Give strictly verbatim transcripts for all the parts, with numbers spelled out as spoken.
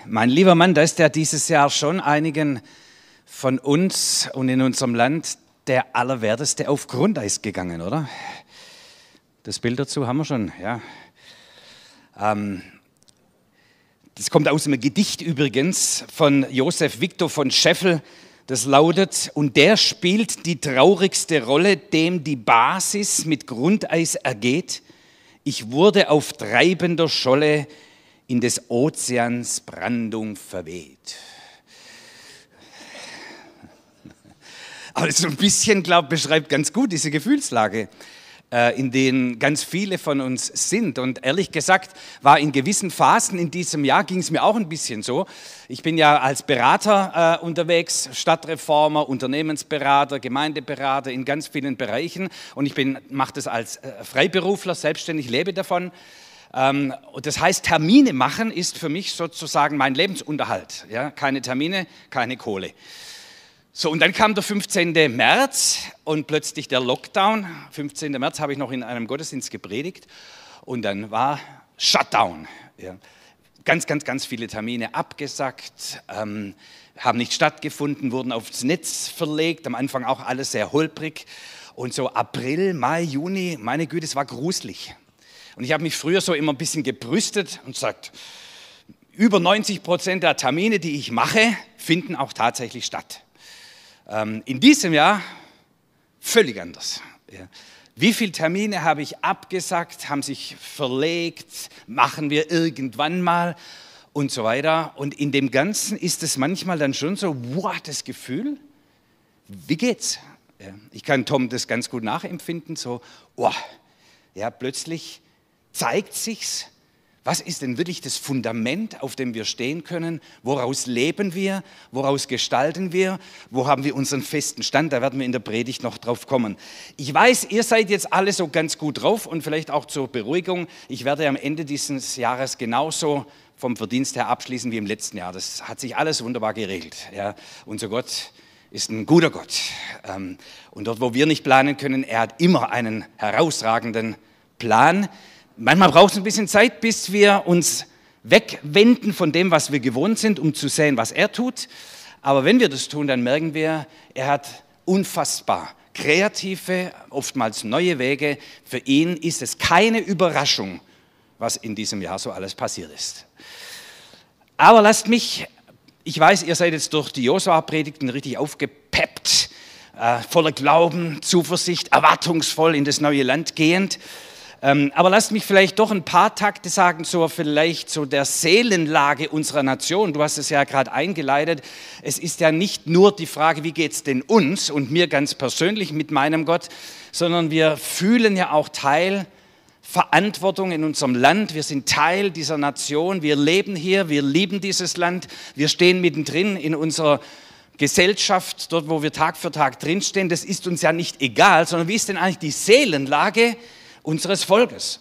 Mein lieber Mann, da ist ja dieses Jahr schon einigen von uns und in unserem Land der Allerwerteste auf Grundeis gegangen, oder? Das Bild dazu haben wir schon, ja. Ähm, das kommt aus einem Gedicht übrigens von Josef Victor von Scheffel. Das lautet: Und der spielt die traurigste Rolle, dem die Basis mit Grundeis ergeht. Ich wurde auf treibender Scholle in des Ozeans Brandung verweht. Aber so ein bisschen, glaube ich, beschreibt ganz gut diese Gefühlslage, in denen ganz viele von uns sind. Und ehrlich gesagt war in gewissen Phasen in diesem Jahr, ging es mir auch ein bisschen so. Ich bin ja als Berater äh, unterwegs, Stadtreformer, Unternehmensberater, Gemeindeberater in ganz vielen Bereichen. Und ich mache das als äh, Freiberufler, selbstständig, lebe davon. Ähm, und das heißt, Termine machen ist für mich sozusagen mein Lebensunterhalt. Ja? Keine Termine, keine Kohle. So, und dann kam der fünfzehnte März und plötzlich der Lockdown. fünfzehnten März habe ich noch in einem Gottesdienst gepredigt und dann war Shutdown. Ja. Ganz, ganz, ganz viele Termine abgesagt, ähm, haben nicht stattgefunden, wurden aufs Netz verlegt, am Anfang auch alles sehr holprig. Und so April, Mai, Juni, meine Güte, es war gruselig. Und ich habe mich früher so immer ein bisschen gebrüstet und gesagt, über neunzig Prozent der Termine, die ich mache, finden auch tatsächlich statt. In diesem Jahr völlig anders. Wie viele Termine habe ich abgesagt, haben sich verlegt, machen wir irgendwann mal und so weiter. Und in dem Ganzen ist es manchmal dann schon so, wow, das Gefühl, wie geht's? Ich kann Tom das ganz gut nachempfinden, so, wow, ja, plötzlich zeigt sich's. Was ist denn wirklich das Fundament, auf dem wir stehen können? Woraus leben wir? Woraus gestalten wir? Wo haben wir unseren festen Stand? Da werden wir in der Predigt noch drauf kommen. Ich weiß, ihr seid jetzt alle so ganz gut drauf und vielleicht auch zur Beruhigung. Ich werde am Ende dieses Jahres genauso vom Verdienst her abschließen wie im letzten Jahr. Das hat sich alles wunderbar geregelt. Ja, unser Gott ist ein guter Gott. Und dort, wo wir nicht planen können, er hat immer einen herausragenden Plan. Manchmal braucht es ein bisschen Zeit, bis wir uns wegwenden von dem, was wir gewohnt sind, um zu sehen, was er tut. Aber wenn wir das tun, dann merken wir, er hat unfassbar kreative, oftmals neue Wege. Für ihn ist es keine Überraschung, was in diesem Jahr so alles passiert ist. Aber lasst mich, ich weiß, ihr seid jetzt durch die Josua-Predigten richtig aufgepeppt, äh, voller Glauben, Zuversicht, erwartungsvoll in das neue Land gehend. Aber lasst mich vielleicht doch ein paar Takte sagen zur vielleicht so der Seelenlage unserer Nation. Du hast es ja gerade eingeleitet. Es ist ja nicht nur die Frage, wie geht es denn uns und mir ganz persönlich mit meinem Gott, sondern wir fühlen ja auch Teil Verantwortung in unserem Land. Wir sind Teil dieser Nation. Wir leben hier, wir lieben dieses Land. Wir stehen mittendrin in unserer Gesellschaft, dort wo wir Tag für Tag drinstehen. Das ist uns ja nicht egal, sondern wie ist denn eigentlich die Seelenlage unseres Volkes?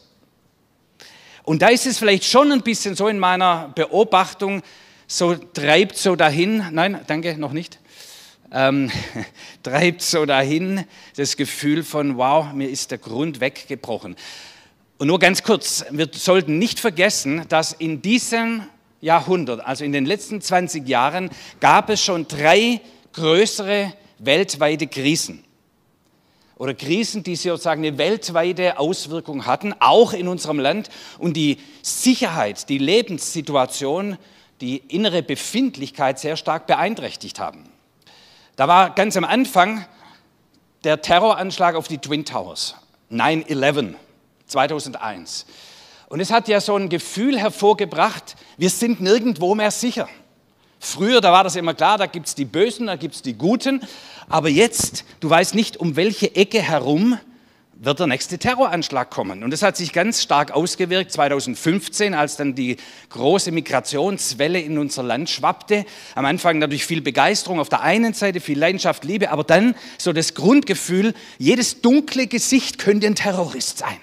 Und da ist es vielleicht schon ein bisschen so in meiner Beobachtung, so treibt so dahin, nein, danke, noch nicht, ähm, treibt so dahin das Gefühl von, wow, mir ist der Grund weggebrochen. Und nur ganz kurz, wir sollten nicht vergessen, dass in diesem Jahrhundert, also in den letzten zwanzig Jahren, gab es schon drei größere weltweite Krisen. Oder Krisen, die sozusagen eine weltweite Auswirkung hatten, auch in unserem Land und die Sicherheit, die Lebenssituation, die innere Befindlichkeit sehr stark beeinträchtigt haben. Da war ganz am Anfang der Terroranschlag auf die Twin Towers, neun elf, zweitausendeins. Und es hat ja so ein Gefühl hervorgebracht, wir sind nirgendwo mehr sicher. Früher, da war das immer klar, da gibt es die Bösen, da gibt es die Guten. Aber jetzt, du weißt nicht, um welche Ecke herum wird der nächste Terroranschlag kommen. Und das hat sich ganz stark ausgewirkt zweitausendfünfzehn, als dann die große Migrationswelle in unser Land schwappte. Am Anfang natürlich viel Begeisterung auf der einen Seite, viel Leidenschaft, Liebe, aber dann so das Grundgefühl, jedes dunkle Gesicht könnte ein Terrorist sein.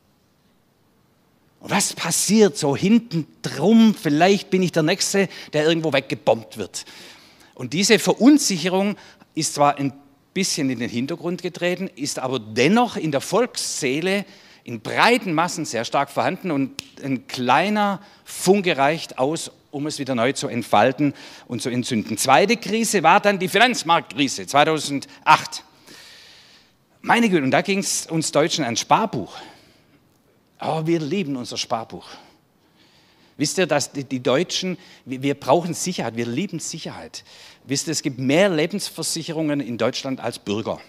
Und was passiert so hinten drum? Vielleicht bin ich der Nächste, der irgendwo weggebombt wird. Und diese Verunsicherung ist zwar ein bisschen in den Hintergrund getreten, ist aber dennoch in der Volksseele in breiten Massen sehr stark vorhanden und ein kleiner Funke reicht aus, um es wieder neu zu entfalten und zu entzünden. Zweite Krise war dann die Finanzmarktkrise zweitausendacht. Meine Güte, und da ging es uns Deutschen ans Sparbuch. Aber wir lieben unser Sparbuch. Wisst ihr, dass die, die Deutschen, wir, wir brauchen Sicherheit, wir lieben Sicherheit. Wisst ihr, es gibt mehr Lebensversicherungen in Deutschland als Bürger.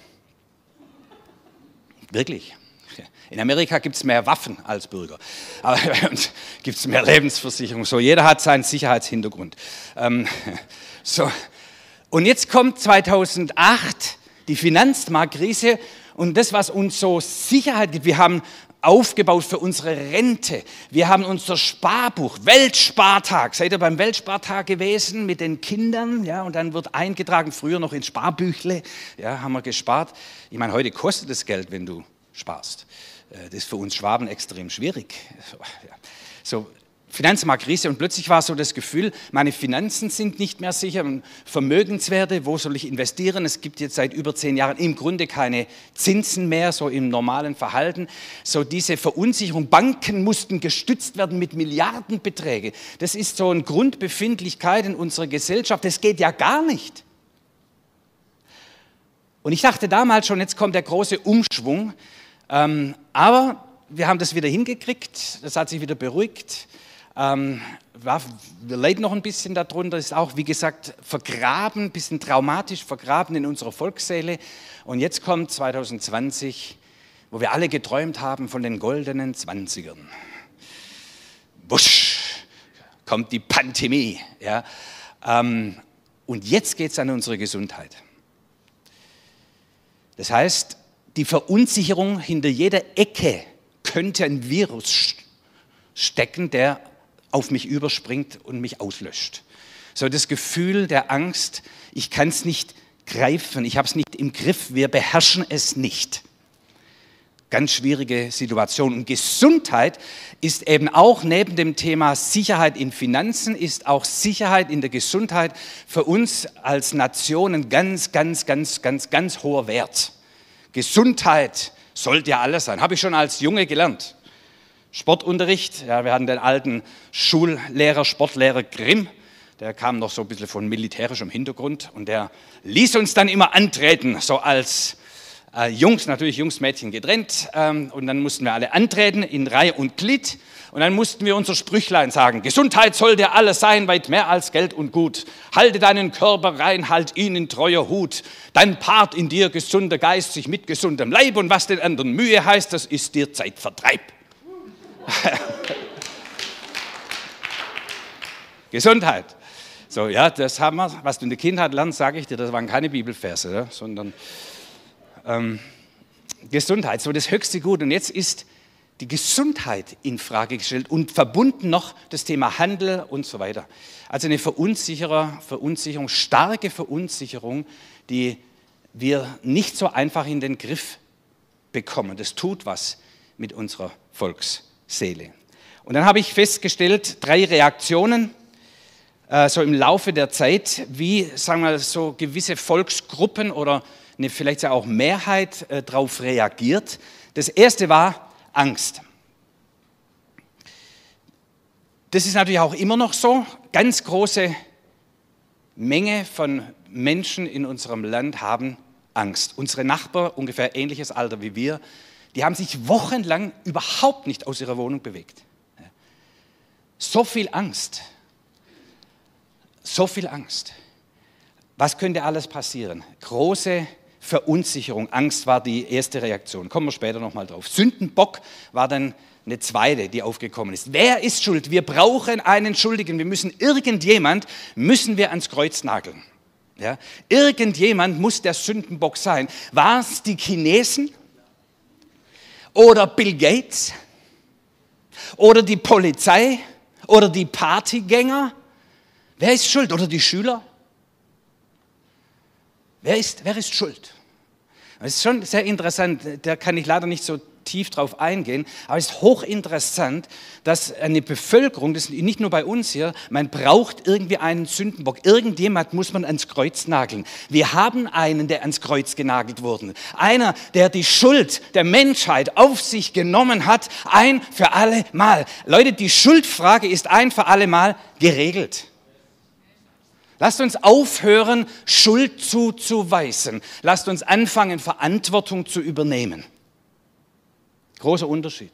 Wirklich. In Amerika gibt es mehr Waffen als Bürger, aber bei uns gibt es mehr Lebensversicherung. So, jeder hat seinen Sicherheitshintergrund. Ähm, so. Und jetzt kommt zweitausendacht die Finanzmarktkrise und das, was uns so Sicherheit gibt. Wir haben aufgebaut für unsere Rente. Wir haben unser Sparbuch, Weltspartag. Seid ihr beim Weltspartag gewesen mit den Kindern? Ja, und dann wird eingetragen, früher noch ins Sparbüchle. Ja, haben wir gespart. Ich meine, heute kostet es Geld, wenn du sparst. Das ist für uns Schwaben extrem schwierig. So, Finanzmarktkrise und plötzlich war so das Gefühl, meine Finanzen sind nicht mehr sicher, Vermögenswerte, wo soll ich investieren? Es gibt jetzt seit über zehn Jahren im Grunde keine Zinsen mehr, so im normalen Verhalten. So diese Verunsicherung, Banken mussten gestützt werden mit Milliardenbeträgen. Das ist so eine Grundbefindlichkeit in unserer Gesellschaft, das geht ja gar nicht. Und ich dachte damals schon, jetzt kommt der große Umschwung, ähm, aber wir haben das wieder hingekriegt, das hat sich wieder beruhigt. Ähm, war, wir leiden noch ein bisschen darunter, ist auch, wie gesagt, vergraben, ein bisschen traumatisch vergraben in unserer Volksseele. Und jetzt kommt zwanzig zwanzig, wo wir alle geträumt haben von den goldenen Zwanzigern. Wusch, kommt die Pandemie. Ja? Ähm, und jetzt geht es an unsere Gesundheit. Das heißt, die Verunsicherung hinter jeder Ecke könnte ein Virus stecken, der auf mich überspringt und mich auslöscht. So das Gefühl der Angst, ich kann es nicht greifen, ich habe es nicht im Griff, wir beherrschen es nicht. Ganz schwierige Situation. Und Gesundheit ist eben auch neben dem Thema Sicherheit in Finanzen, ist auch Sicherheit in der Gesundheit für uns als Nation ein ganz, ganz, ganz, ganz, ganz hoher Wert. Gesundheit sollte ja alles sein. Habe ich schon als Junge gelernt. Sportunterricht, ja, wir hatten den alten Schullehrer, Sportlehrer Grimm, der kam noch so ein bisschen von militärischem Hintergrund und der ließ uns dann immer antreten, so als äh, Jungs, natürlich Jungs, Mädchen getrennt ähm, und dann mussten wir alle antreten in Reihe und Glied und dann mussten wir unser Sprüchlein sagen, Gesundheit soll dir alles sein, weit mehr als Geld und Gut. Halte deinen Körper rein, halt ihn in treuer Hut, dann paart in dir gesunder Geist sich mit gesundem Leib und was den anderen Mühe heißt, das ist dir Zeitvertreib. Gesundheit. So, ja, das haben wir, was du in der Kindheit lernst, sage ich dir, das waren keine Bibelverse, ja, sondern ähm, Gesundheit, so das höchste Gut. Und jetzt ist die Gesundheit in Frage gestellt und verbunden noch das Thema Handel und so weiter. Also eine Verunsicherer, Verunsicherung, starke Verunsicherung, die wir nicht so einfach in den Griff bekommen. Das tut was mit unserer Volksseele. Und dann habe ich festgestellt, drei Reaktionen, äh, so im Laufe der Zeit, wie, sagen wir so, gewisse Volksgruppen oder eine, vielleicht auch Mehrheit äh, darauf reagiert. Das erste war Angst. Das ist natürlich auch immer noch so. Ganz große Menge von Menschen in unserem Land haben Angst. Unsere Nachbarn, ungefähr ähnliches Alter wie wir, die haben sich wochenlang überhaupt nicht aus ihrer Wohnung bewegt. So viel Angst. So viel Angst. Was könnte alles passieren? Große Verunsicherung, Angst war die erste Reaktion. Kommen wir später nochmal drauf. Sündenbock war dann eine zweite, die aufgekommen ist. Wer ist schuld? Wir brauchen einen Schuldigen. Wir müssen irgendjemand, müssen wir ans Kreuz nageln. Ja? Irgendjemand muss der Sündenbock sein. War es die Chinesen? Oder Bill Gates? Oder die Polizei? Oder die Partygänger? Wer ist schuld? Oder die Schüler? Wer ist, wer ist schuld? Das ist schon sehr interessant, da kann ich leider nicht so tief drauf eingehen, aber es ist hochinteressant, dass eine Bevölkerung, das ist nicht nur bei uns hier, man braucht irgendwie einen Sündenbock. Irgendjemand muss man ans Kreuz nageln. Wir haben einen, der ans Kreuz genagelt wurde. Einer, der die Schuld der Menschheit auf sich genommen hat, ein für alle Mal. Leute, die Schuldfrage ist ein für alle Mal geregelt. Lasst uns aufhören, Schuld zuzuweisen. Lasst uns anfangen, Verantwortung zu übernehmen. Großer Unterschied.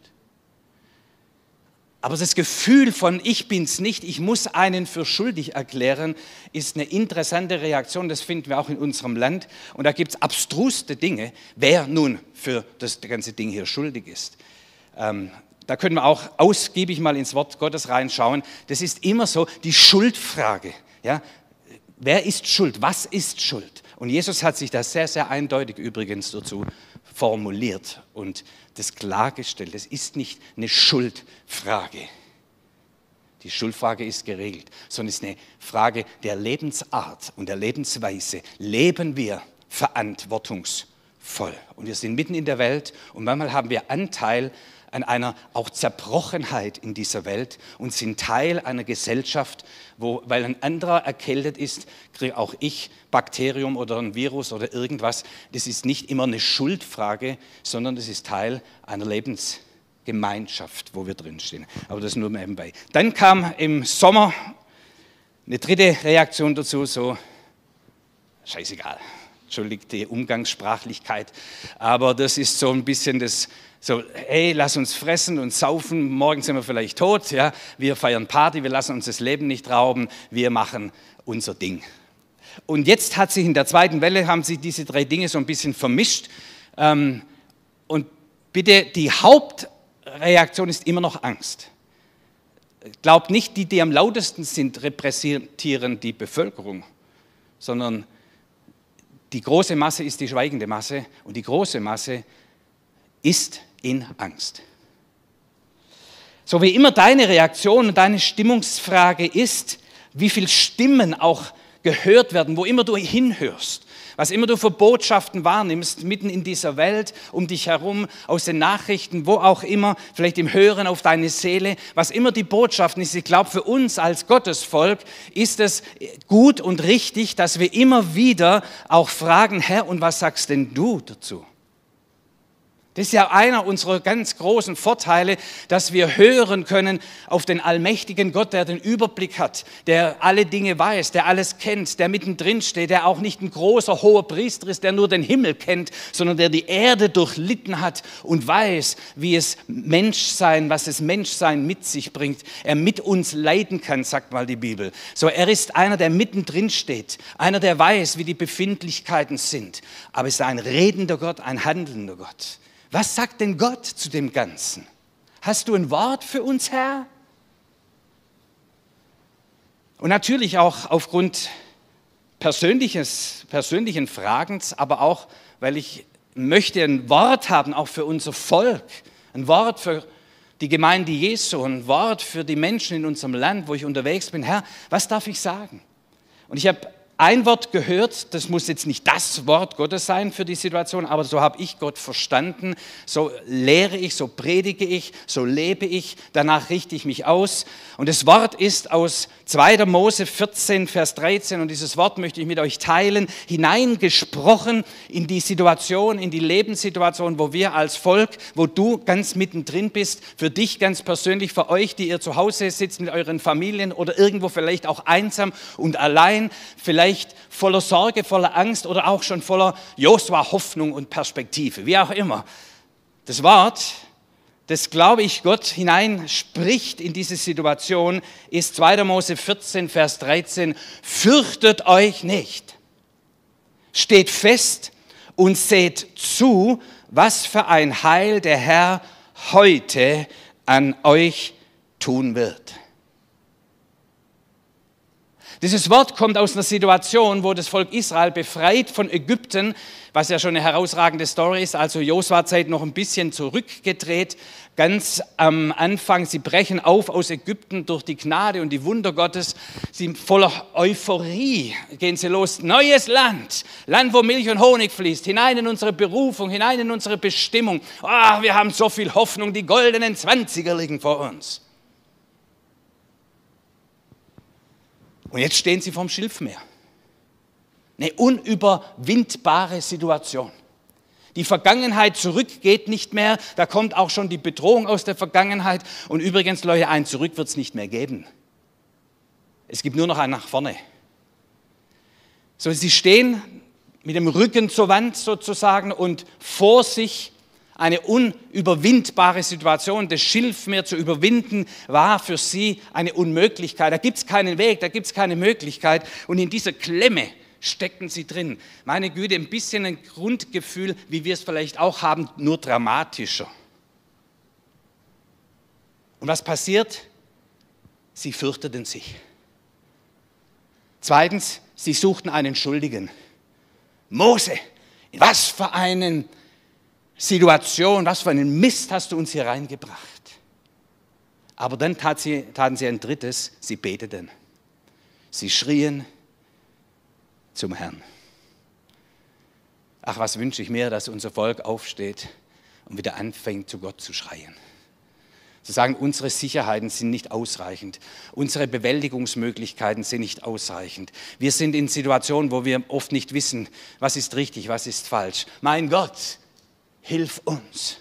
Aber das Gefühl von ich bin's nicht, ich muss einen für schuldig erklären, ist eine interessante Reaktion. Das finden wir auch in unserem Land. Und da gibt es abstruste Dinge, wer nun für das ganze Ding hier schuldig ist. Ähm, da können wir auch ausgiebig mal ins Wort Gottes reinschauen. Das ist immer so die Schuldfrage. Ja? Wer ist schuld? Was ist Schuld? Und Jesus hat sich das sehr, sehr eindeutig übrigens dazu formuliert und das klargestellt. Es ist nicht eine Schuldfrage. Die Schuldfrage ist geregelt, sondern es ist eine Frage der Lebensart und der Lebensweise. Leben wir verantwortungsvoll? Und wir sind mitten in der Welt und manchmal haben wir Anteil an einer auch Zerbrochenheit in dieser Welt und sind Teil einer Gesellschaft, wo, weil ein anderer erkältet ist, kriege auch ich Bakterium oder ein Virus oder irgendwas. Das ist nicht immer eine Schuldfrage, sondern das ist Teil einer Lebensgemeinschaft, wo wir drinstehen. Aber das nur nebenbei. Dann kam im Sommer eine dritte Reaktion dazu, so scheißegal. Entschuldigt die Umgangssprachlichkeit, aber das ist so ein bisschen das, so, hey, lass uns fressen und saufen, morgen sind wir vielleicht tot, ja, wir feiern Party, wir lassen uns das Leben nicht rauben, wir machen unser Ding. Und jetzt hat sich in der zweiten Welle, haben sich diese drei Dinge so ein bisschen vermischt ähm, und bitte, die Hauptreaktion ist immer noch Angst. Glaubt nicht, die, die am lautesten sind, repräsentieren die Bevölkerung, sondern die große Masse ist die schweigende Masse und die große Masse ist in Angst. So wie immer deine Reaktion und deine Stimmungsfrage ist, wie viele Stimmen auch gehört werden, wo immer du hinhörst, was immer du für Botschaften wahrnimmst, mitten in dieser Welt, um dich herum, aus den Nachrichten, wo auch immer, vielleicht im Hören auf deine Seele, was immer die Botschaften ist. Ich glaube, für uns als Gottesvolk ist es gut und richtig, dass wir immer wieder auch fragen, Herr, und was sagst denn du dazu? Das ist ja einer unserer ganz großen Vorteile, dass wir hören können auf den allmächtigen Gott, der den Überblick hat, der alle Dinge weiß, der alles kennt, der mittendrin steht, der auch nicht ein großer, hoher Priester ist, der nur den Himmel kennt, sondern der die Erde durchlitten hat und weiß, wie es Menschsein, was es Menschsein mit sich bringt. Er mit uns leiden kann, sagt mal die Bibel. So, er ist einer, der mittendrin steht, einer, der weiß, wie die Befindlichkeiten sind. Aber es ist ein redender Gott, ein handelnder Gott. Was sagt denn Gott zu dem Ganzen? Hast du ein Wort für uns, Herr? Und natürlich auch aufgrund persönliches, persönlichen Fragens, aber auch, weil ich möchte ein Wort haben, auch für unser Volk, ein Wort für die Gemeinde Jesu, ein Wort für die Menschen in unserem Land, wo ich unterwegs bin. Herr, was darf ich sagen? Und ich habe ein Wort gehört, das muss jetzt nicht das Wort Gottes sein für die Situation, aber so habe ich Gott verstanden, so lehre ich, so predige ich, so lebe ich, danach richte ich mich aus. Und das Wort ist aus zweiter Mose vierzehn, Vers dreizehn und dieses Wort möchte ich mit euch teilen, hineingesprochen in die Situation, in die Lebenssituation, wo wir als Volk, wo du ganz mittendrin bist, für dich ganz persönlich, für euch, die ihr zu Hause sitzt mit euren Familien oder irgendwo vielleicht auch einsam und allein, vielleicht voller Sorge, voller Angst oder auch schon voller Josua Hoffnung und Perspektive, wie auch immer. Das Wort, das glaube ich Gott hinein spricht in diese Situation, ist zweiter Mose vierzehn, Vers dreizehn. Fürchtet euch nicht, steht fest und seht zu, was für ein Heil der Herr heute an euch tun wird. Dieses Wort kommt aus einer Situation, wo das Volk Israel befreit von Ägypten, was ja schon eine herausragende Story ist, also Josua-Zeit noch ein bisschen zurückgedreht, ganz am Anfang, sie brechen auf aus Ägypten durch die Gnade und die Wunder Gottes, sie voller Euphorie gehen sie los, neues Land, Land, wo Milch und Honig fließt, hinein in unsere Berufung, hinein in unsere Bestimmung, oh, wir haben so viel Hoffnung, die goldenen Zwanziger liegen vor uns. Und jetzt stehen sie vorm Schilfmeer. Eine unüberwindbare Situation. Die Vergangenheit zurück geht nicht mehr, da kommt auch schon die Bedrohung aus der Vergangenheit. Und übrigens, Leute, ein Zurück wird es nicht mehr geben. Es gibt nur noch ein nach vorne. So, sie stehen mit dem Rücken zur Wand sozusagen und vor sich eine unüberwindbare Situation. Das Schilfmeer zu überwinden war für sie eine Unmöglichkeit. Da gibt es keinen Weg, da gibt es keine Möglichkeit. Und in dieser Klemme stecken sie drin. Meine Güte, ein bisschen ein Grundgefühl, wie wir es vielleicht auch haben, nur dramatischer. Und was passiert? Sie fürchteten sich. Zweitens, sie suchten einen Schuldigen. Mose, in was für eine Situation, was für einen Mist hast du uns hier reingebracht? Aber dann tat sie, taten sie ein drittes, sie beteten. Sie schrien zum Herrn. Ach, was wünsche ich mir, dass unser Volk aufsteht und wieder anfängt, zu Gott zu schreien. Zu sagen, unsere Sicherheiten sind nicht ausreichend, unsere Bewältigungsmöglichkeiten sind nicht ausreichend. Wir sind in Situationen, wo wir oft nicht wissen, was ist richtig, was ist falsch. Mein Gott, hilf uns.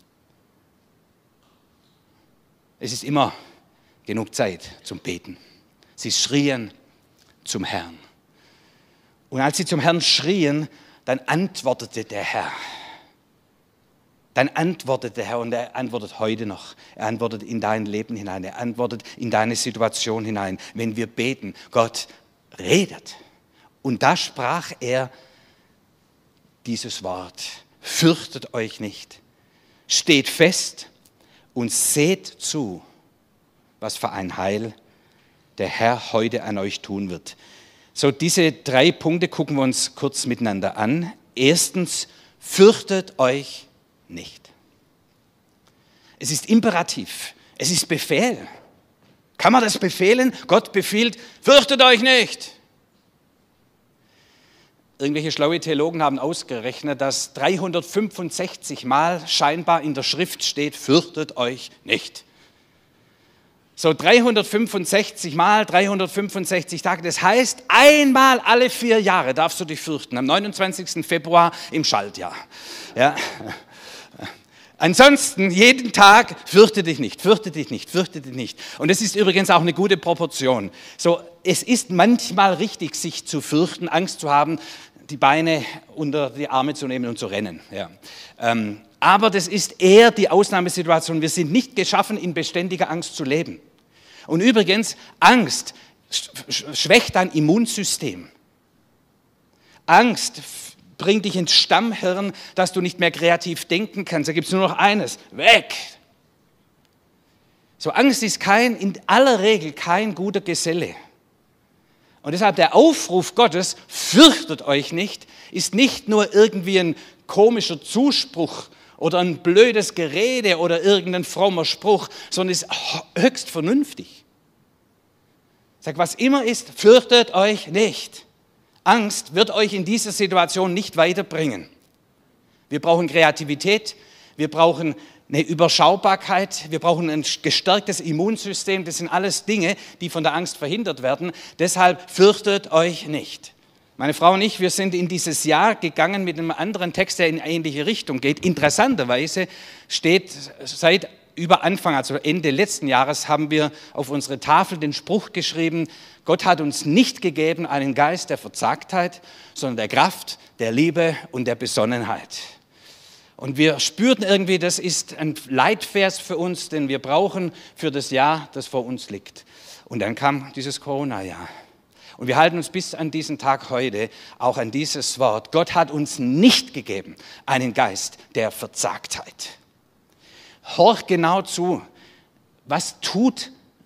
Es ist immer genug Zeit zum Beten. Sie schrien zum Herrn. Und als sie zum Herrn schrien, dann antwortete der Herr. Dann antwortet der Herr und er antwortet heute noch. Er antwortet in dein Leben hinein, er antwortet in deine Situation hinein. Wenn wir beten, Gott redet. Und da sprach er dieses Wort. Fürchtet euch nicht, steht fest und seht zu, was für ein Heil der Herr heute an euch tun wird. So, diese drei Punkte gucken wir uns kurz miteinander an. Erstens, fürchtet euch nicht. Es ist Imperativ, es ist Befehl. Kann man das befehlen? Gott befiehlt, fürchtet euch nicht. Irgendwelche schlaue Theologen haben ausgerechnet, dass dreihundertfünfundsechzig Mal scheinbar in der Schrift steht, fürchtet euch nicht. So dreihundertfünfundsechzig Mal, dreihundertfünfundsechzig Tage, das heißt, einmal alle vier Jahre darfst du dich fürchten, am neunundzwanzigsten Februar im Schaltjahr. Ja. Ansonsten jeden Tag fürchte dich nicht, fürchte dich nicht, fürchte dich nicht. Und das ist übrigens auch eine gute Proportion. So, es ist manchmal richtig, sich zu fürchten, Angst zu haben, die Beine unter die Arme zu nehmen und zu rennen. Ja. Ähm, aber das ist eher die Ausnahmesituation. Wir sind nicht geschaffen, in beständiger Angst zu leben. Und übrigens, Angst schwächt dein Immunsystem. Angst bringt dich ins Stammhirn, dass du nicht mehr kreativ denken kannst. Da gibt es nur noch eines, weg. So, Angst ist kein, in aller Regel kein guter Geselle. Und deshalb der Aufruf Gottes, fürchtet euch nicht, ist nicht nur irgendwie ein komischer Zuspruch oder ein blödes Gerede oder irgendein frommer Spruch, sondern ist höchst vernünftig. Sag, was immer ist, fürchtet euch nicht. Angst wird euch in dieser Situation nicht weiterbringen. Wir brauchen Kreativität, wir brauchen eine Überschaubarkeit, wir brauchen ein gestärktes Immunsystem. Das sind alles Dinge, die von der Angst verhindert werden. Deshalb fürchtet euch nicht. Meine Frau und ich, wir sind in dieses Jahr gegangen mit einem anderen Text, der in eine ähnliche Richtung geht. Interessanterweise steht seit über Anfang, also Ende letzten Jahres, haben wir auf unsere Tafel den Spruch geschrieben, Gott hat uns nicht gegeben einen Geist der Verzagtheit, sondern der Kraft, der Liebe und der Besonnenheit. Und wir spürten irgendwie, das ist ein Leitvers für uns, den wir brauchen für das Jahr, das vor uns liegt. Und dann kam dieses Corona-Jahr. Und wir halten uns bis an diesen Tag heute auch an dieses Wort. Gott hat uns nicht gegeben einen Geist der Verzagtheit. Horch genau zu, was tut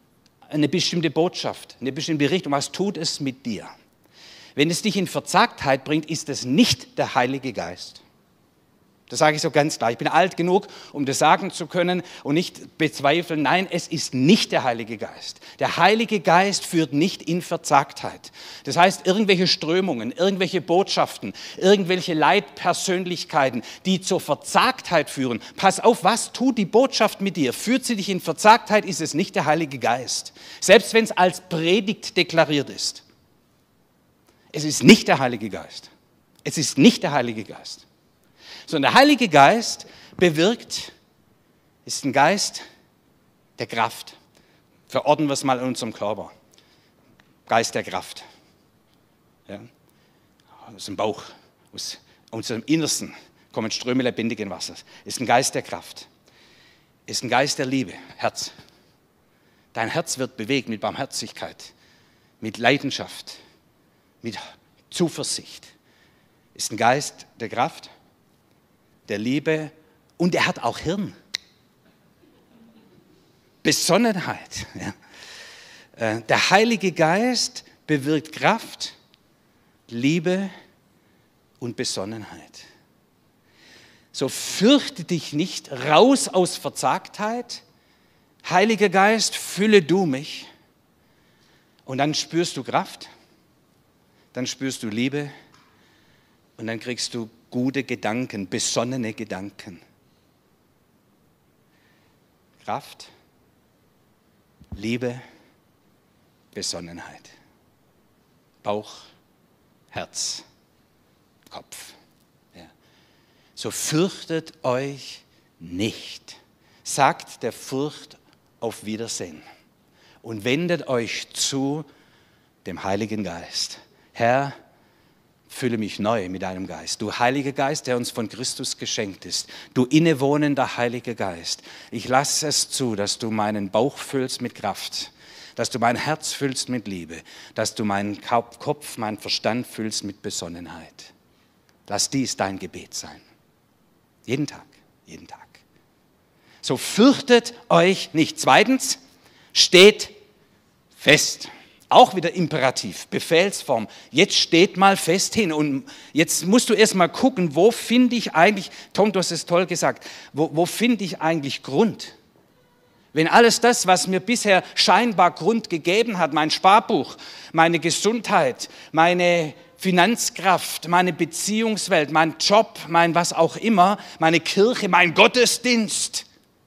eine bestimmte Botschaft, eine bestimmte Richtung. Was tut es mit dir? Wenn es dich in Verzagtheit bringt, ist es nicht der Heilige Geist. Das sage ich so ganz klar. Ich bin alt genug, um das sagen zu können und nicht bezweifeln. Nein, es ist nicht der Heilige Geist. Der Heilige Geist führt nicht in Verzagtheit. Das heißt, irgendwelche Strömungen, irgendwelche Botschaften, irgendwelche Leitpersönlichkeiten, die zur Verzagtheit führen. Pass auf, was tut die Botschaft mit dir? Führt sie dich in Verzagtheit, ist es nicht der Heilige Geist. Selbst wenn es als Predigt deklariert ist. Es ist nicht der Heilige Geist. Es ist nicht der Heilige Geist. Sondern der Heilige Geist bewirkt, ist ein Geist der Kraft. Verorten wir es mal in unserem Körper. Geist der Kraft. Ja. Aus dem Bauch, aus unserem Innersten kommen Ströme lebendigen Wassers. Ist ein Geist der Kraft. Ist ein Geist der Liebe, Herz. Dein Herz wird bewegt mit Barmherzigkeit, mit Leidenschaft, mit Zuversicht. Ist ein Geist der Kraft, der Liebe und er hat auch Hirn. Besonnenheit. Ja. Der Heilige Geist bewirkt Kraft, Liebe und Besonnenheit. So fürchte dich nicht, raus aus Verzagtheit. Heiliger Geist, fülle du mich. Und dann spürst du Kraft, dann spürst du Liebe und dann kriegst du gute Gedanken, besonnene Gedanken. Kraft, Liebe, Besonnenheit. Bauch, Herz, Kopf. Ja. So fürchtet euch nicht. Sagt der Furcht auf Wiedersehen und wendet euch zu dem Heiligen Geist. Herr, fülle mich neu mit deinem Geist. Du Heiliger Geist, der uns von Christus geschenkt ist. Du innewohnender Heiliger Geist. Ich lasse es zu, dass du meinen Bauch füllst mit Kraft, dass du mein Herz füllst mit Liebe, dass du meinen Kopf, meinen Verstand füllst mit Besonnenheit. Lass dies dein Gebet sein. Jeden Tag, jeden Tag. So fürchtet euch nicht. Zweitens, steht fest. Auch wieder Imperativ, Befehlsform. Jetzt steht mal fest hin und jetzt musst du erst mal gucken, wo finde ich eigentlich, Tom, du hast es toll gesagt, wo, wo finde ich eigentlich Grund? Wenn alles das, was mir bisher scheinbar Grund gegeben hat, mein Sparbuch, meine Gesundheit, meine Finanzkraft, meine Beziehungswelt, mein Job, mein was auch immer, meine Kirche, mein Gottesdienst,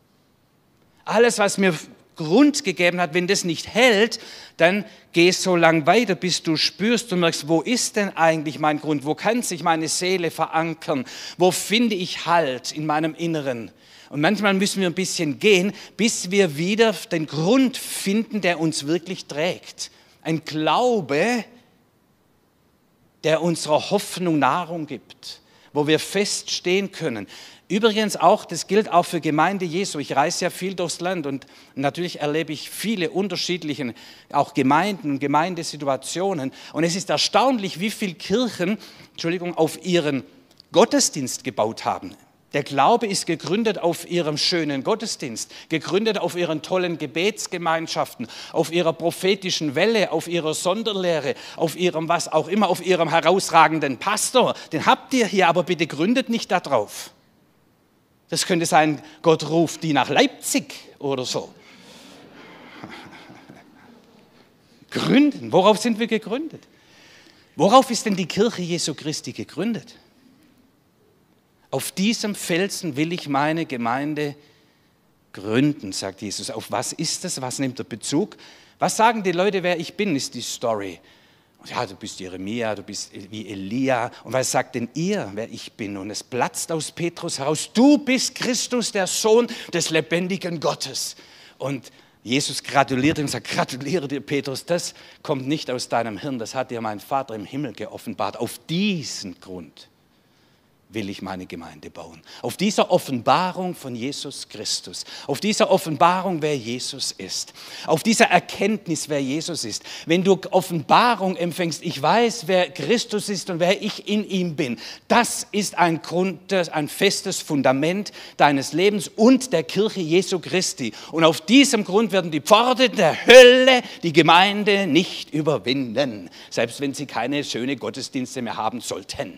alles, was mir Grund gegeben hat, wenn das nicht hält, dann geh so lang weiter, bis du spürst und merkst, wo ist denn eigentlich mein Grund? Wo kann sich meine Seele verankern? Wo finde ich Halt in meinem Inneren? Und manchmal müssen wir ein bisschen gehen, bis wir wieder den Grund finden, der uns wirklich trägt. Ein Glaube, der unserer Hoffnung Nahrung gibt, wo wir feststehen können. Übrigens auch, das gilt auch für Gemeinde Jesu. Ich reise ja viel durchs Land und natürlich erlebe ich viele unterschiedliche auch Gemeinden und Gemeindesituationen. Und es ist erstaunlich, wie viele Kirchen, Entschuldigung, auf ihren Gottesdienst gebaut haben. Der Glaube ist gegründet auf ihrem schönen Gottesdienst, gegründet auf ihren tollen Gebetsgemeinschaften, auf ihrer prophetischen Welle, auf ihrer Sonderlehre, auf ihrem was auch immer, auf ihrem herausragenden Pastor. Den habt ihr hier, aber bitte gründet nicht darauf. Das könnte sein, Gott ruft die nach Leipzig oder so. Gründen, worauf sind wir gegründet? Worauf ist denn die Kirche Jesu Christi gegründet? Auf diesem Felsen will ich meine Gemeinde gründen, sagt Jesus. Auf was ist das? Was nimmt der Bezug? Was sagen die Leute, wer ich bin, ist die Story. Ja, du bist Jeremia, du bist wie Elia. Und was sagt denn ihr, wer ich bin? Und es platzt aus Petrus heraus, du bist Christus, der Sohn des lebendigen Gottes. Und Jesus gratuliert ihm und sagt, gratuliere dir, Petrus, das kommt nicht aus deinem Hirn, das hat dir mein Vater im Himmel geoffenbart. Auf diesen Grund will ich meine Gemeinde bauen. Auf dieser Offenbarung von Jesus Christus, auf dieser Offenbarung, wer Jesus ist, auf dieser Erkenntnis, wer Jesus ist. Wenn du Offenbarung empfängst, ich weiß, wer Christus ist und wer ich in ihm bin, das ist ein Grund, ein festes Fundament deines Lebens und der Kirche Jesu Christi. Und auf diesem Grund werden die Pforten der Hölle die Gemeinde nicht überwinden, selbst wenn sie keine schönen Gottesdienste mehr haben sollten.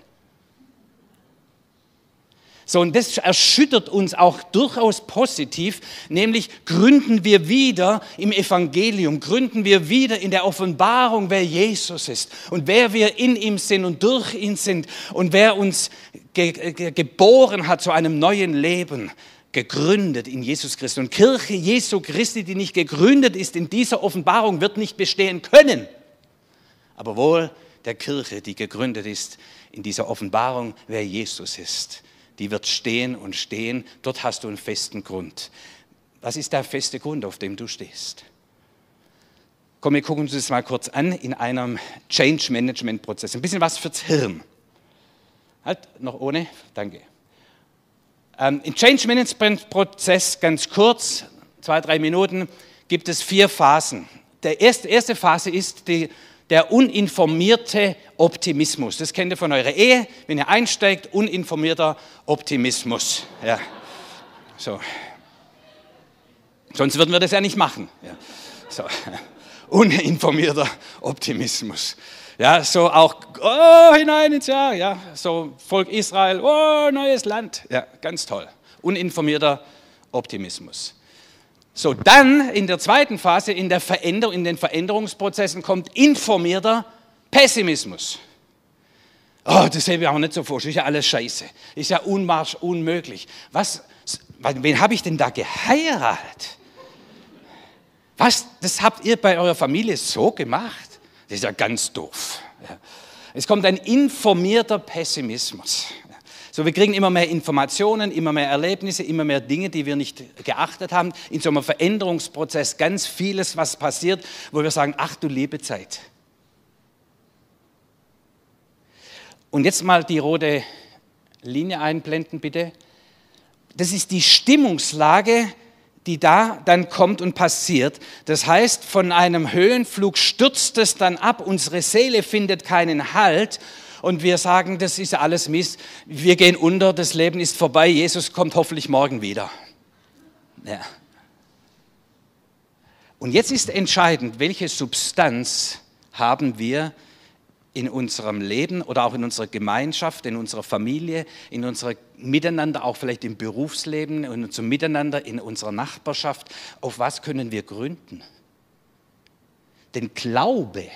So, und das erschüttert uns auch durchaus positiv, nämlich gründen wir wieder im Evangelium, gründen wir wieder in der Offenbarung, wer Jesus ist und wer wir in ihm sind und durch ihn sind und wer uns ge- ge- geboren hat zu einem neuen Leben, gegründet in Jesus Christus. Und Kirche Jesu Christi, die nicht gegründet ist in dieser Offenbarung, wird nicht bestehen können, aber wohl der Kirche, die gegründet ist in dieser Offenbarung, wer Jesus ist. Die wird stehen und stehen, dort hast du einen festen Grund. Was ist der feste Grund, auf dem du stehst? Komm, wir gucken uns das mal kurz an in einem Change-Management-Prozess. Ein bisschen was fürs Hirn. Halt, noch ohne? Danke. Ähm, Im Change-Management-Prozess, ganz kurz, zwei, drei Minuten, gibt es vier Phasen. Die erste, erste Phase ist die Der uninformierte Optimismus. Das kennt ihr von eurer Ehe, wenn ihr einsteigt, uninformierter Optimismus. Ja. So. Sonst würden wir das ja nicht machen. Ja. So. Uninformierter Optimismus. Ja, so auch, oh, hinein ins Jahr, ja, so Volk Israel, oh, neues Land. Ja, ganz toll. Uninformierter Optimismus. So, dann in der zweiten Phase, in der Veränderung, in den Veränderungsprozessen kommt informierter Pessimismus. Oh, das sehe ich auch nicht so vor, das ist ja alles scheiße, ist ja unmarsch, unmöglich. Was, wen habe ich denn da geheiratet? Was, das habt ihr bei eurer Familie so gemacht? Das ist ja ganz doof. Ja. Es kommt ein informierter Pessimismus. So, wir kriegen immer mehr Informationen, immer mehr Erlebnisse, immer mehr Dinge, die wir nicht geachtet haben. In so einem Veränderungsprozess ganz vieles, was passiert, wo wir sagen, ach du liebe Zeit. Und jetzt mal die rote Linie einblenden, bitte. Das ist die Stimmungslage, die da dann kommt und passiert. Das heißt, von einem Höhenflug stürzt es dann ab, unsere Seele findet keinen Halt. Und wir sagen, das ist alles Mist, wir gehen unter, das Leben ist vorbei, Jesus kommt hoffentlich morgen wieder. Ja. Und jetzt ist entscheidend, welche Substanz haben wir in unserem Leben oder auch in unserer Gemeinschaft, in unserer Familie, in unserem Miteinander, auch vielleicht im Berufsleben, in unserem Miteinander, in unserer Nachbarschaft. Auf was können wir gründen? Denn Glaube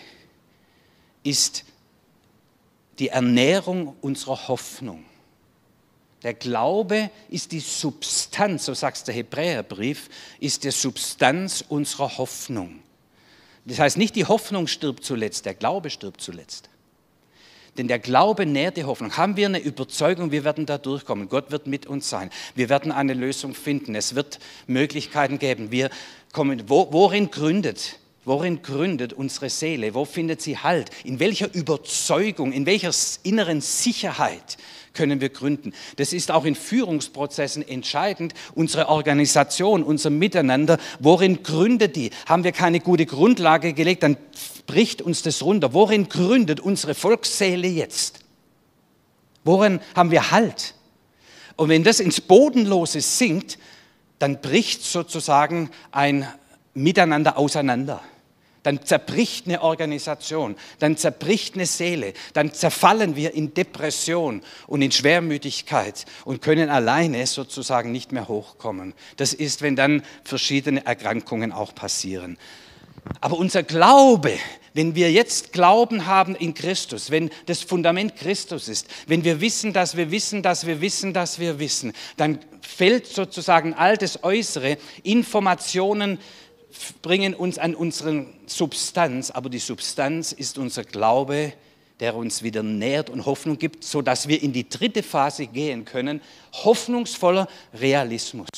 ist die Ernährung unserer Hoffnung. Der Glaube ist die Substanz, so sagt der Hebräerbrief, ist die Substanz unserer Hoffnung. Das heißt, nicht die Hoffnung stirbt zuletzt, der Glaube stirbt zuletzt. Denn der Glaube nährt die Hoffnung. Haben wir eine Überzeugung, wir werden da durchkommen, Gott wird mit uns sein, wir werden eine Lösung finden, es wird Möglichkeiten geben. Wir kommen, wo, worin gründet Worin gründet unsere Seele? Wo findet sie Halt? In welcher Überzeugung, in welcher inneren Sicherheit können wir gründen? Das ist auch in Führungsprozessen entscheidend. Unsere Organisation, unser Miteinander, worin gründet die? Haben wir keine gute Grundlage gelegt, dann bricht uns das runter. Worin gründet unsere Volksseele jetzt? Worin haben wir Halt? Und wenn das ins Bodenlose sinkt, dann bricht sozusagen ein Miteinander auseinander. Dann zerbricht eine Organisation, dann zerbricht eine Seele, dann zerfallen wir in Depression und in Schwermütigkeit und können alleine sozusagen nicht mehr hochkommen. Das ist, wenn dann verschiedene Erkrankungen auch passieren. Aber unser Glaube, wenn wir jetzt Glauben haben in Christus, wenn das Fundament Christus ist, wenn wir wissen, dass wir wissen, dass wir wissen, dass wir wissen, dann fällt sozusagen all das Äußere, Informationen bringen uns an unsere Substanz, aber die Substanz ist unser Glaube, der uns wieder nährt und Hoffnung gibt, sodass wir in die dritte Phase gehen können, hoffnungsvoller Realismus.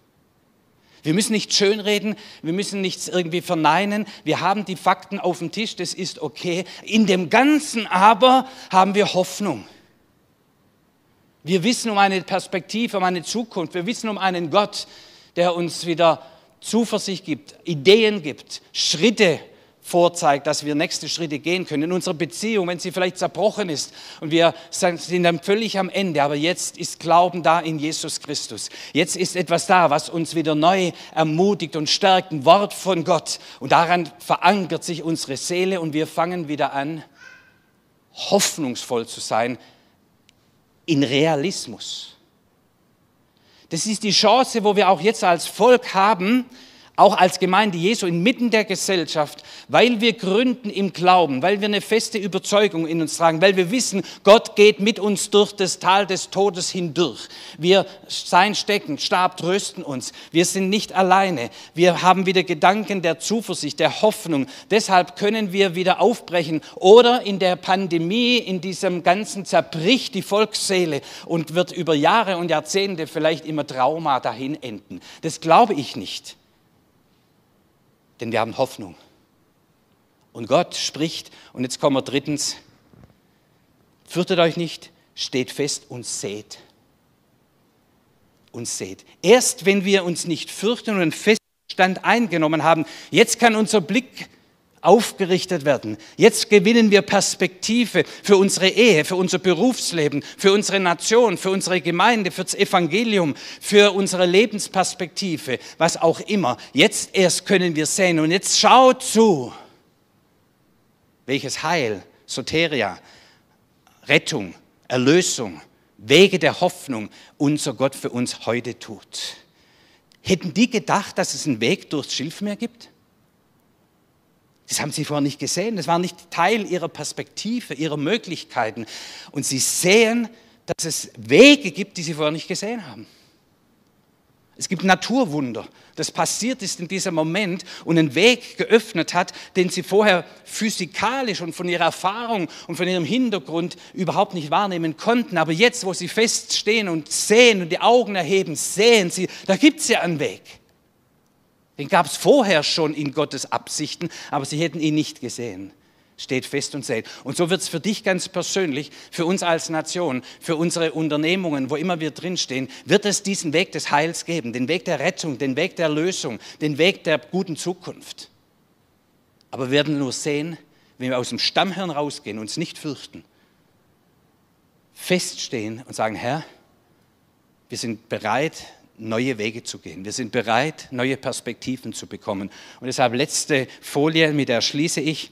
Wir müssen nicht schönreden, wir müssen nichts irgendwie verneinen, wir haben die Fakten auf dem Tisch, das ist okay. In dem Ganzen aber haben wir Hoffnung. Wir wissen um eine Perspektive, um eine Zukunft. Wir wissen um einen Gott, der uns wieder Zuversicht gibt, Ideen gibt, Schritte vorzeigt, dass wir nächste Schritte gehen können. In unserer Beziehung, wenn sie vielleicht zerbrochen ist und wir sind dann völlig am Ende, aber jetzt ist Glauben da in Jesus Christus. Jetzt ist etwas da, was uns wieder neu ermutigt und stärkt, ein Wort von Gott. Und daran verankert sich unsere Seele und wir fangen wieder an, hoffnungsvoll zu sein in Realismus. Das ist die Chance, wo wir auch jetzt als Volk haben, auch als Gemeinde Jesu inmitten der Gesellschaft, weil wir gründen im Glauben, weil wir eine feste Überzeugung in uns tragen, weil wir wissen, Gott geht mit uns durch das Tal des Todes hindurch. Wir, sein Stecken, Stab trösten uns. Wir sind nicht alleine. Wir haben wieder Gedanken der Zuversicht, der Hoffnung. Deshalb können wir wieder aufbrechen. Oder in der Pandemie, in diesem Ganzen zerbricht die Volksseele und wird über Jahre und Jahrzehnte vielleicht immer Trauma dahin enden. Das glaube ich nicht. Denn wir haben Hoffnung. Und Gott spricht, und jetzt kommen wir drittens, fürchtet euch nicht, steht fest und seht. Und seht. Erst wenn wir uns nicht fürchten und einen festen Stand eingenommen haben, jetzt kann unser Blick aufgerichtet werden. Jetzt gewinnen wir Perspektive für unsere Ehe, für unser Berufsleben, für unsere Nation, für unsere Gemeinde, für das Evangelium, für unsere Lebensperspektive, was auch immer. Jetzt erst können wir sehen und jetzt schaut zu, welches Heil, Soteria, Rettung, Erlösung, Wege der Hoffnung unser Gott für uns heute tut. Hätten die gedacht, dass es einen Weg durchs Schilfmeer gibt? Das haben sie vorher nicht gesehen, das war nicht Teil ihrer Perspektive, ihrer Möglichkeiten. Und sie sehen, dass es Wege gibt, die sie vorher nicht gesehen haben. Es gibt Naturwunder, das passiert ist in diesem Moment und einen Weg geöffnet hat, den sie vorher physikalisch und von ihrer Erfahrung und von ihrem Hintergrund überhaupt nicht wahrnehmen konnten. Aber jetzt, wo sie feststehen und sehen und die Augen erheben, sehen sie, da gibt es ja einen Weg. Den gab es vorher schon in Gottes Absichten, aber sie hätten ihn nicht gesehen. Steht fest und seht. Und so wird es für dich ganz persönlich, für uns als Nation, für unsere Unternehmungen, wo immer wir drinstehen, wird es diesen Weg des Heils geben, den Weg der Rettung, den Weg der Lösung, den Weg der guten Zukunft. Aber wir werden nur sehen, wenn wir aus dem Stammhirn rausgehen, uns nicht fürchten, feststehen und sagen, Herr, wir sind bereit, neue Wege zu gehen. Wir sind bereit, neue Perspektiven zu bekommen. Und deshalb letzte Folie, mit der schließe ich.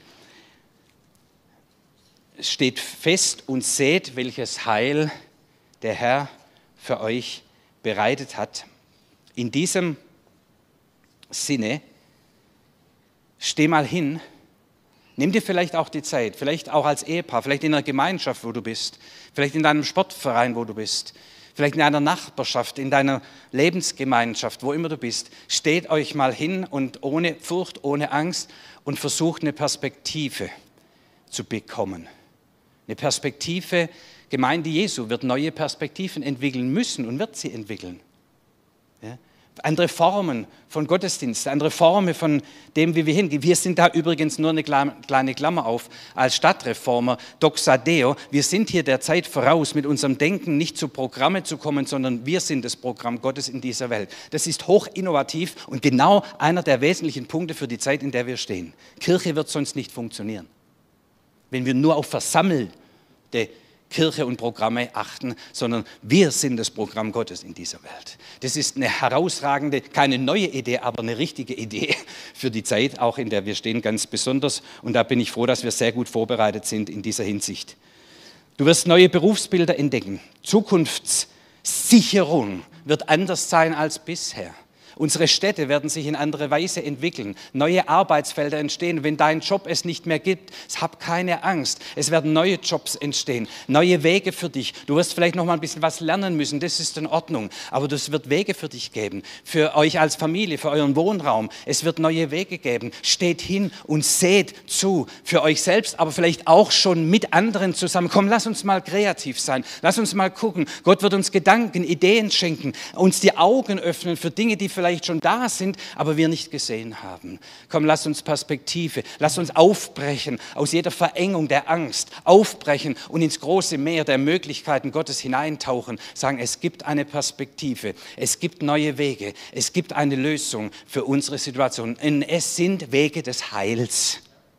Es steht fest und seht, welches Heil der Herr für euch bereitet hat. In diesem Sinne, steh mal hin, nimm dir vielleicht auch die Zeit, vielleicht auch als Ehepaar, vielleicht in einer Gemeinschaft, wo du bist, vielleicht in deinem Sportverein, wo du bist, vielleicht in deiner Nachbarschaft, in deiner Lebensgemeinschaft, wo immer du bist. Steht euch mal hin und ohne Furcht, ohne Angst und versucht eine Perspektive zu bekommen. Eine Perspektive, Gemeinde Jesu wird neue Perspektiven entwickeln müssen und wird sie entwickeln. Ja? Andere Formen von Gottesdienst, andere Formen von dem, wie wir hingehen. Wir sind da übrigens nur eine kleine Klammer auf als Stadtreformer, Doxa Deo. Wir sind hier der Zeit voraus, mit unserem Denken nicht zu Programme zu kommen, sondern wir sind das Programm Gottes in dieser Welt. Das ist hoch innovativ und genau einer der wesentlichen Punkte für die Zeit, in der wir stehen. Kirche wird sonst nicht funktionieren, wenn wir nur auf versammelte Kirche und Programme achten, sondern wir sind das Programm Gottes in dieser Welt. Das ist eine herausragende, keine neue Idee, aber eine richtige Idee für die Zeit, auch in der wir stehen, ganz besonders. Und da bin ich froh, dass wir sehr gut vorbereitet sind in dieser Hinsicht. Du wirst neue Berufsbilder entdecken. Zukunftssicherung wird anders sein als bisher. Unsere Städte werden sich in andere Weise entwickeln. Neue Arbeitsfelder entstehen. Wenn dein Job es nicht mehr gibt, hab keine Angst. Es werden neue Jobs entstehen, neue Wege für dich. Du wirst vielleicht noch mal ein bisschen was lernen müssen, das ist in Ordnung. Aber es wird Wege für dich geben, für euch als Familie, für euren Wohnraum. Es wird neue Wege geben. Steht hin und seht zu, für euch selbst, aber vielleicht auch schon mit anderen zusammen. Komm, lass uns mal kreativ sein. Lass uns mal gucken. Gott wird uns Gedanken, Ideen schenken, uns die Augen öffnen für Dinge, die vielleicht vielleicht schon da sind, aber wir nicht gesehen haben. Komm, lass uns Perspektive, lass uns aufbrechen aus jeder Verengung der Angst, aufbrechen und ins große Meer der Möglichkeiten Gottes hineintauchen, sagen, es gibt eine Perspektive, es gibt neue Wege, es gibt eine Lösung für unsere Situation. Und es sind Wege des Heils.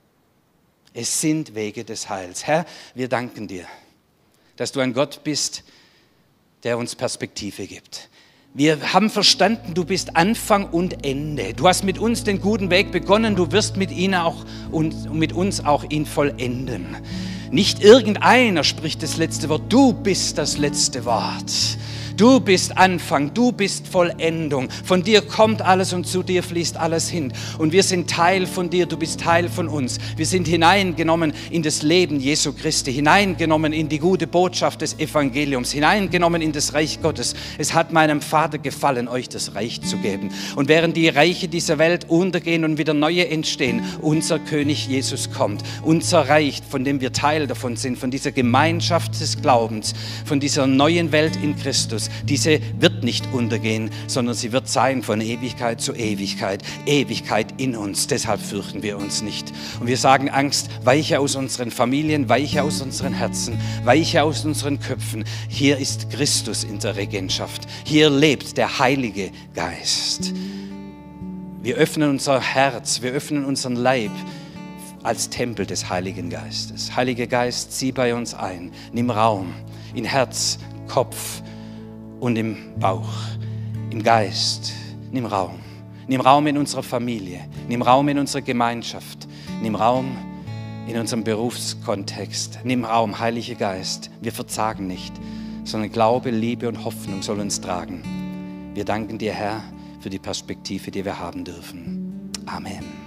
Es sind Wege des Heils. Herr, wir danken dir, dass du ein Gott bist, der uns Perspektive gibt. Wir haben verstanden, du bist Anfang und Ende. Du hast mit uns den guten Weg begonnen, du wirst mit, ihnen auch und mit uns auch ihn vollenden. Nicht irgendeiner spricht das letzte Wort, du bist das letzte Wort. Du bist Anfang, du bist Vollendung. Von dir kommt alles und zu dir fließt alles hin. Und wir sind Teil von dir, du bist Teil von uns. Wir sind hineingenommen in das Leben Jesu Christi, hineingenommen in die gute Botschaft des Evangeliums, hineingenommen in das Reich Gottes. Es hat meinem Vater gefallen, euch das Reich zu geben. Und während die Reiche dieser Welt untergehen und wieder neue entstehen, unser König Jesus kommt. Unser Reich, von dem wir Teil davon sind, von dieser Gemeinschaft des Glaubens, von dieser neuen Welt in Christus. Diese wird nicht untergehen, sondern sie wird sein von Ewigkeit zu Ewigkeit, Ewigkeit in uns. Deshalb fürchten wir uns nicht. Und wir sagen, Angst, weiche aus unseren Familien, weiche aus unseren Herzen, weiche aus unseren Köpfen. Hier ist Christus in der Regentschaft. Hier lebt der Heilige Geist. Wir öffnen unser Herz, wir öffnen unseren Leib als Tempel des Heiligen Geistes. Heiliger Geist, zieh bei uns ein, nimm Raum in Herz, Kopf und im Bauch, im Geist. Nimm Raum. Nimm Raum in unserer Familie. Nimm Raum in unserer Gemeinschaft. Nimm Raum in unserem Berufskontext. Nimm Raum, Heiliger Geist. Wir verzagen nicht, sondern Glaube, Liebe und Hoffnung soll uns tragen. Wir danken dir, Herr, für die Perspektive, die wir haben dürfen. Amen.